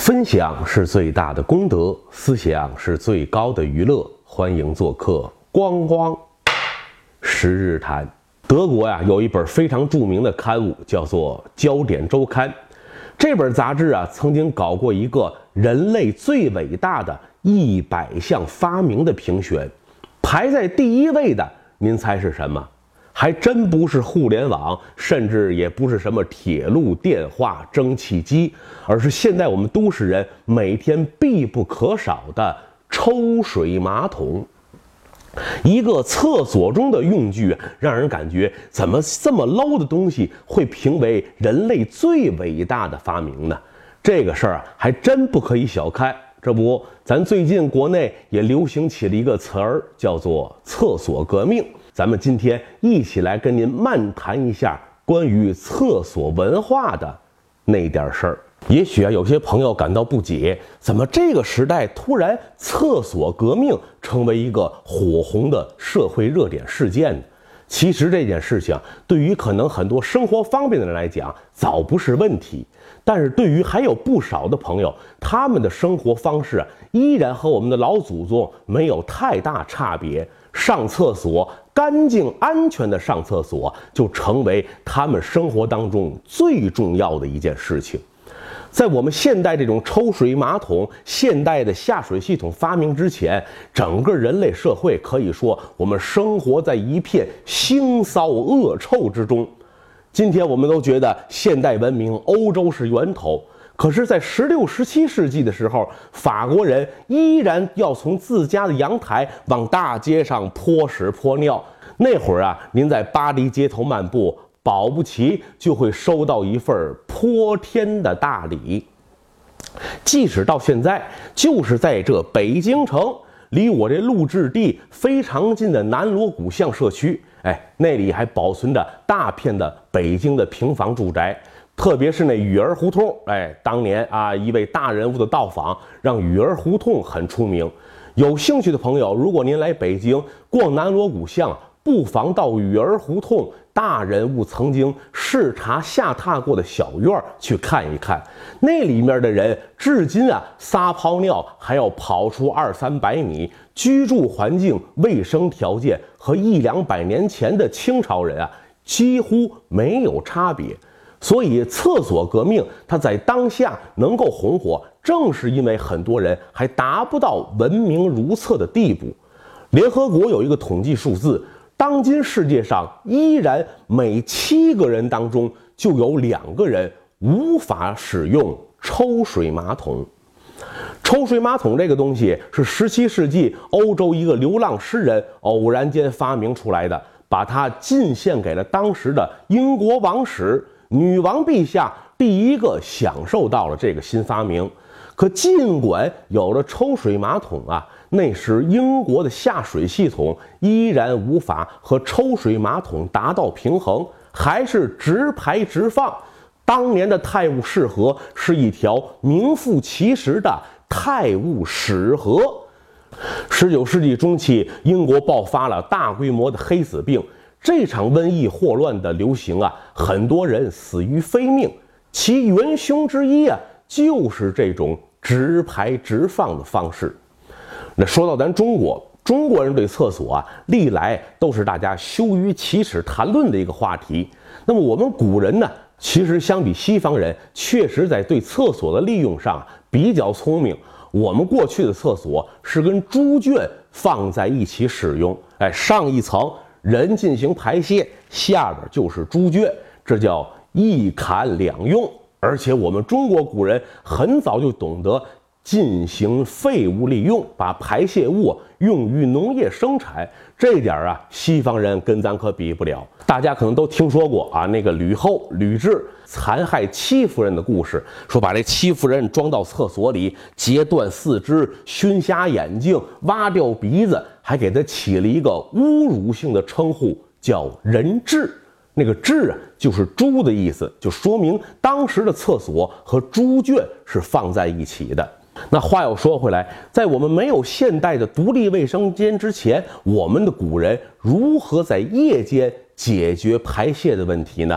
分享是最大的功德，思想是最高的娱乐。欢迎做客光光十日谈。德国有一本非常著名的刊物，叫做《焦点周刊》。这本杂志曾经搞过一个人类最伟大的100项发明的评选，排在第1位的，您猜是什么？还真不是互联网，甚至也不是什么铁路、电话、蒸汽机，而是现在我们都市人每天必不可少的抽水马桶。一个厕所中的用具，让人感觉怎么这么 low 的东西会评为人类最伟大的发明呢？这个事儿还真不可以小看。这不，咱最近国内也流行起了一个词儿，叫做厕所革命。咱们今天一起来跟您漫谈一下关于厕所文化的那点事儿。也许有些朋友感到不解，怎么这个时代突然厕所革命成为一个火红的社会热点事件呢？其实这件事情对于可能很多生活方便的人来讲早不是问题，但是对于还有不少的朋友，他们的生活方式依然和我们的老祖宗没有太大差别。上厕所干净安全的上厕所就成为他们生活当中最重要的一件事情。在我们现代这种抽水马桶、现代的下水系统发明之前，整个人类社会可以说我们生活在一片腥骚恶臭之中。今天我们都觉得现代文明欧洲是源头，可是在16、17世纪的时候，法国人依然要从自家的阳台往大街上泼屎泼尿。那会儿您在巴黎街头漫步，保不齐就会收到一份泼天的大礼。即使到现在，就是在这北京城离我这录制地非常近的南锣鼓巷社区，那里还保存着大片的北京的平房住宅。特别是那雨儿胡同，当年一位大人物的到访，让雨儿胡同很出名。有兴趣的朋友，如果您来北京逛南锣鼓巷，不妨到雨儿胡同大人物曾经视察下榻过的小院去看一看。那里面的人至今撒泡尿还要跑出200-300米，居住环境、卫生条件和100-200年前的清朝人几乎没有差别。所以厕所革命它在当下能够红火，正是因为很多人还达不到文明如厕的地步。联合国有一个统计数字，当今世界上依然每7个人当中就有2个人无法使用抽水马桶。抽水马桶这个东西是17世纪欧洲一个流浪诗人偶然间发明出来的，把它进献给了当时的英国王室。女王陛下第一个享受到了这个新发明。可尽管有了抽水马桶那时英国的下水系统依然无法和抽水马桶达到平衡，还是直排直放。当年的泰晤士河是一条名副其实的泰晤屎河。19世纪中期，英国爆发了大规模的黑死病。这场瘟疫霍乱的流行很多人死于非命，其元凶之一就是这种直排直放的方式。那说到咱中国人对厕所历来都是大家羞于启齿谈论的一个话题。那么我们古人呢，其实相比西方人，确实在对厕所的利用上比较聪明。我们过去的厕所是跟猪圈放在一起使用，上一层人进行排泄，下边就是猪圈，这叫一坎2用。而且我们中国古人很早就懂得进行废物利用，把排泄物用于农业生产，这一点西方人跟咱可比不了。大家可能都听说过那个吕后吕雉残害戚夫人的故事，说把这戚夫人装到厕所里，截断4肢，熏瞎眼睛，挖掉鼻子，还给她起了一个侮辱性的称呼，叫人彘。那个彘就是猪的意思，就说明当时的厕所和猪圈是放在一起的。那话又说回来，在我们没有现代的独立卫生间之前，我们的古人如何在夜间解决排泄的问题呢？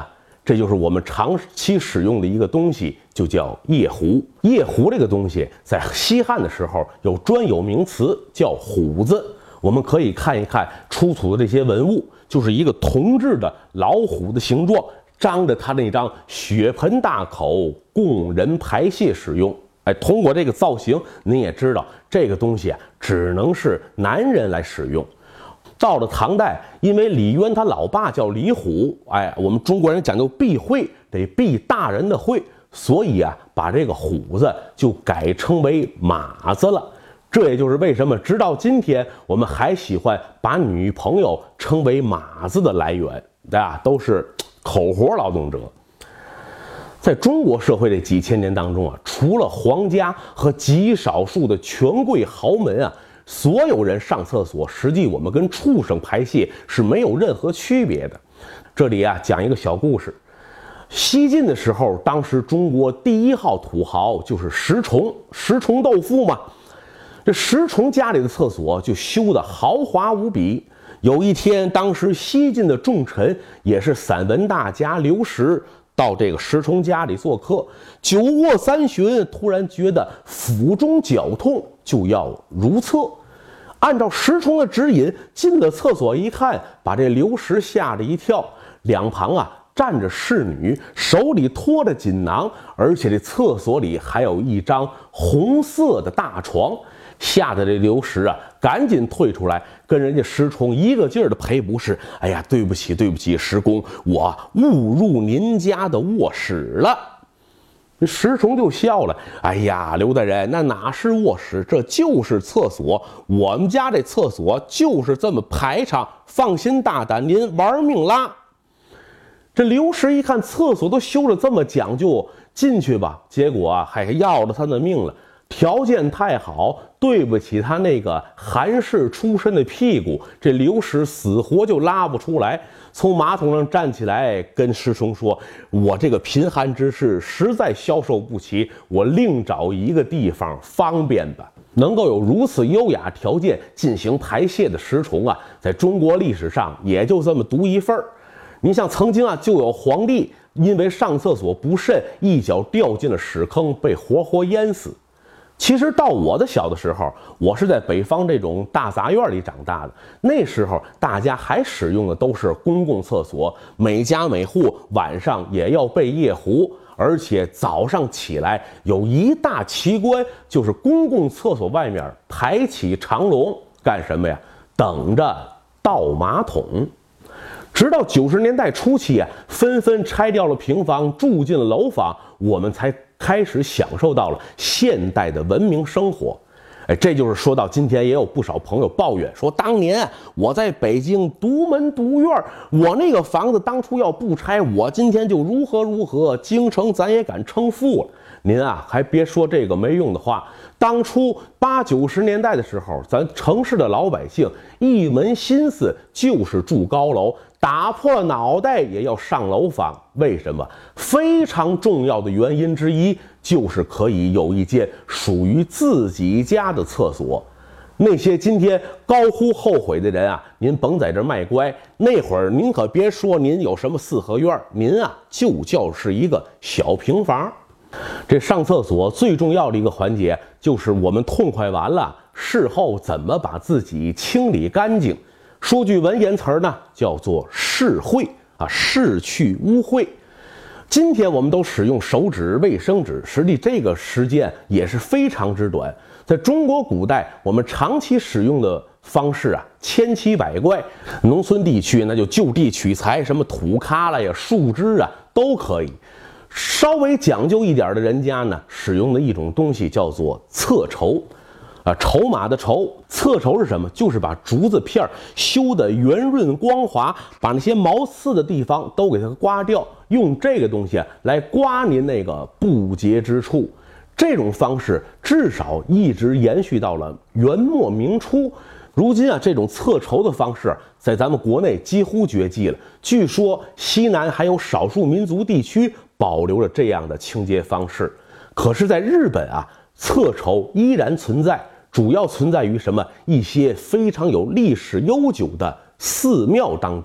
这就是我们长期使用的一个东西，就叫夜壶。夜壶这个东西在西汉的时候有专有名词叫虎子，我们可以看一看出土的这些文物，就是一个铜制的老虎的形状，张着它那张血盆大口，供人排泄使用。通过这个造型，您也知道这个东西只能是男人来使用。到了唐代，因为李渊他老爸叫李虎，我们中国人讲究避讳，得避大人的讳，所以把这个虎子就改称为马子了。这也就是为什么直到今天我们还喜欢把女朋友称为马子的来源，都是口活劳动者。在中国社会这几千年当中除了皇家和极少数的权贵豪门所有人上厕所，实际我们跟畜生排泄是没有任何区别的。这里讲一个小故事。西晋的时候，当时中国第一号土豪就是石崇豆腐嘛。这石崇家里的厕所就修得豪华无比。有一天，当时西晋的重臣也是散文大家刘石到这个石崇家里做客，酒过三巡，突然觉得腹中绞痛，就要如厕。按照石崇的指引，进了厕所一看，把这刘石吓了一跳。两旁站着侍女，手里拖着锦囊，而且这厕所里还有一张红色的大床。吓得这刘石赶紧退出来，跟人家石崇一个劲儿的赔不是。对不起，石公，我误入您家的卧室了。石崇就笑了，刘大人，那哪是卧室，这就是厕所，我们家这厕所就是这么排场，放心大胆，您玩命拉。这刘石一看厕所都修得这么讲究，进去吧，结果还要了他的命了。条件太好，对不起他那个韩氏出身的屁股，这刘石死活就拉不出来。从马桶上站起来，跟石崇说：“我这个贫寒之士实在消受不起，我另找一个地方方便吧。”能够有如此优雅条件进行排泄的石崇在中国历史上也就这么独一份儿。你像曾经就有皇帝因为上厕所不慎，一脚掉进了屎坑，被活活淹死。其实到我的小的时候，我是在北方这种大杂院里长大的，那时候大家还使用的都是公共厕所，每家每户晚上也要备夜壶，而且早上起来有一大奇观，就是公共厕所外面排起长龙，干什么呀？等着倒马桶。直到90年代初期纷纷拆掉了平房，住进了楼房，我们才开始享受到了现代的文明生活。这就是说到今天，也有不少朋友抱怨说，当年我在北京独门独院，我那个房子当初要不拆，我今天就如何，京城咱也敢称富了。您还别说这个没用的话，当初80、90年代的时候，咱城市的老百姓一门心思就是住高楼，打破了脑袋也要上楼房。为什么？非常重要的原因之一就是可以有一间属于自己家的厕所。那些今天高呼后悔的人您甭在这卖乖，那会儿您可别说您有什么四合院，您就叫是一个小平房。这上厕所最重要的一个环节就是我们痛快完了，事后怎么把自己清理干净。说句文言词呢，叫做拭秽拭去污秽。今天我们都使用手纸、卫生纸，实际这个时间也是非常之短。在中国古代，我们长期使用的方式千奇百怪。农村地区那就就地取材，什么土咖了呀、树枝都可以。稍微讲究一点的人家呢，使用的一种东西叫做侧绸。筹码的筹，侧绸是什么？就是把竹子片修得圆润光滑，把那些毛刺的地方都给它刮掉，用这个东西来刮您那个不洁之处。这种方式至少一直延续到了元末明初。如今这种侧绸的方式在咱们国内几乎绝迹了。据说西南还有少数民族地区保留了这样的清洁方式。可是在日本侧绸依然存在，主要存在于什么？一些非常有历史悠久的寺庙当中。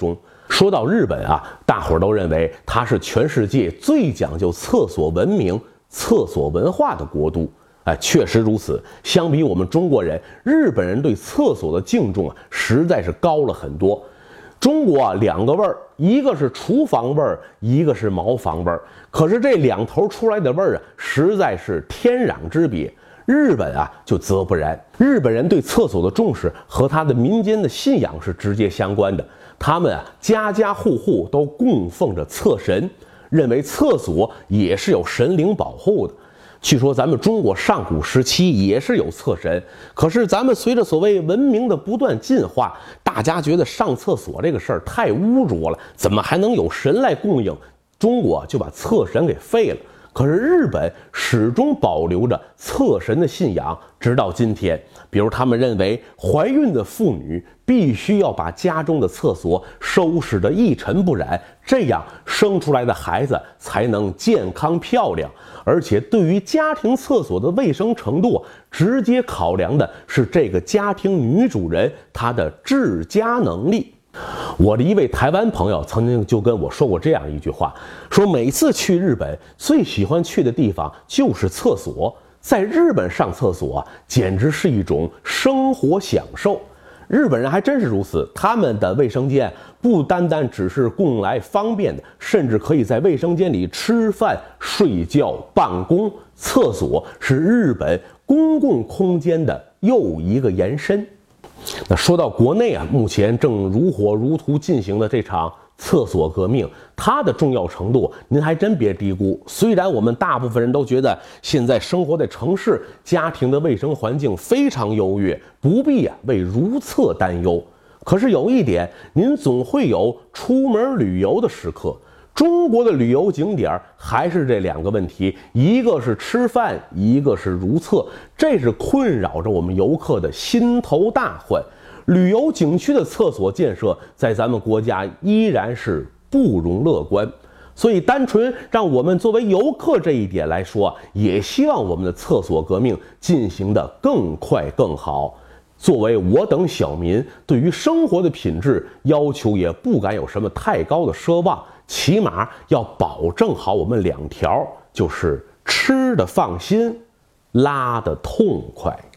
说到日本啊，大伙儿都认为它是全世界最讲究厕所文明、厕所文化的国度。确实如此。相比我们中国人，日本人对厕所的敬重实在是高了很多。中国两个味儿，一个是厨房味儿，一个是茅房味儿。可是这两头出来的味儿实在是天壤之别。日本就则不然，日本人对厕所的重视和他的民间的信仰是直接相关的。他们家家户户都供奉着厕神，认为厕所也是有神灵保护的。据说咱们中国上古时期也是有厕神，可是咱们随着所谓文明的不断进化，大家觉得上厕所这个事儿太污浊了，怎么还能有神来供应？中国就把厕神给废了。可是日本始终保留着厕神的信仰，直到今天。比如他们认为怀孕的妇女必须要把家中的厕所收拾得一尘不染，这样生出来的孩子才能健康漂亮。而且对于家庭厕所的卫生程度，直接考量的是这个家庭女主人她的治家能力。我的一位台湾朋友曾经就跟我说过这样一句话，说每次去日本最喜欢去的地方就是厕所，在日本上厕所简直是一种生活享受。日本人还真是如此，他们的卫生间不单单只是供来方便的，甚至可以在卫生间里吃饭、睡觉、办公。厕所是日本公共空间的又一个延伸。那说到国内目前正如火如荼进行的这场厕所革命，它的重要程度您还真别低估。虽然我们大部分人都觉得现在生活在城市，家庭的卫生环境非常优越，不必为如厕担忧。可是有一点，您总会有出门旅游的时刻。中国的旅游景点还是这两个问题，一个是吃饭，一个是如厕，这是困扰着我们游客的心头大患。旅游景区的厕所建设在咱们国家依然是不容乐观，所以单纯让我们作为游客这一点来说，也希望我们的厕所革命进行得更快更好。作为我等小民，对于生活的品质要求也不敢有什么太高的奢望，起码要保证好我们两条，就是吃得放心，拉得痛快。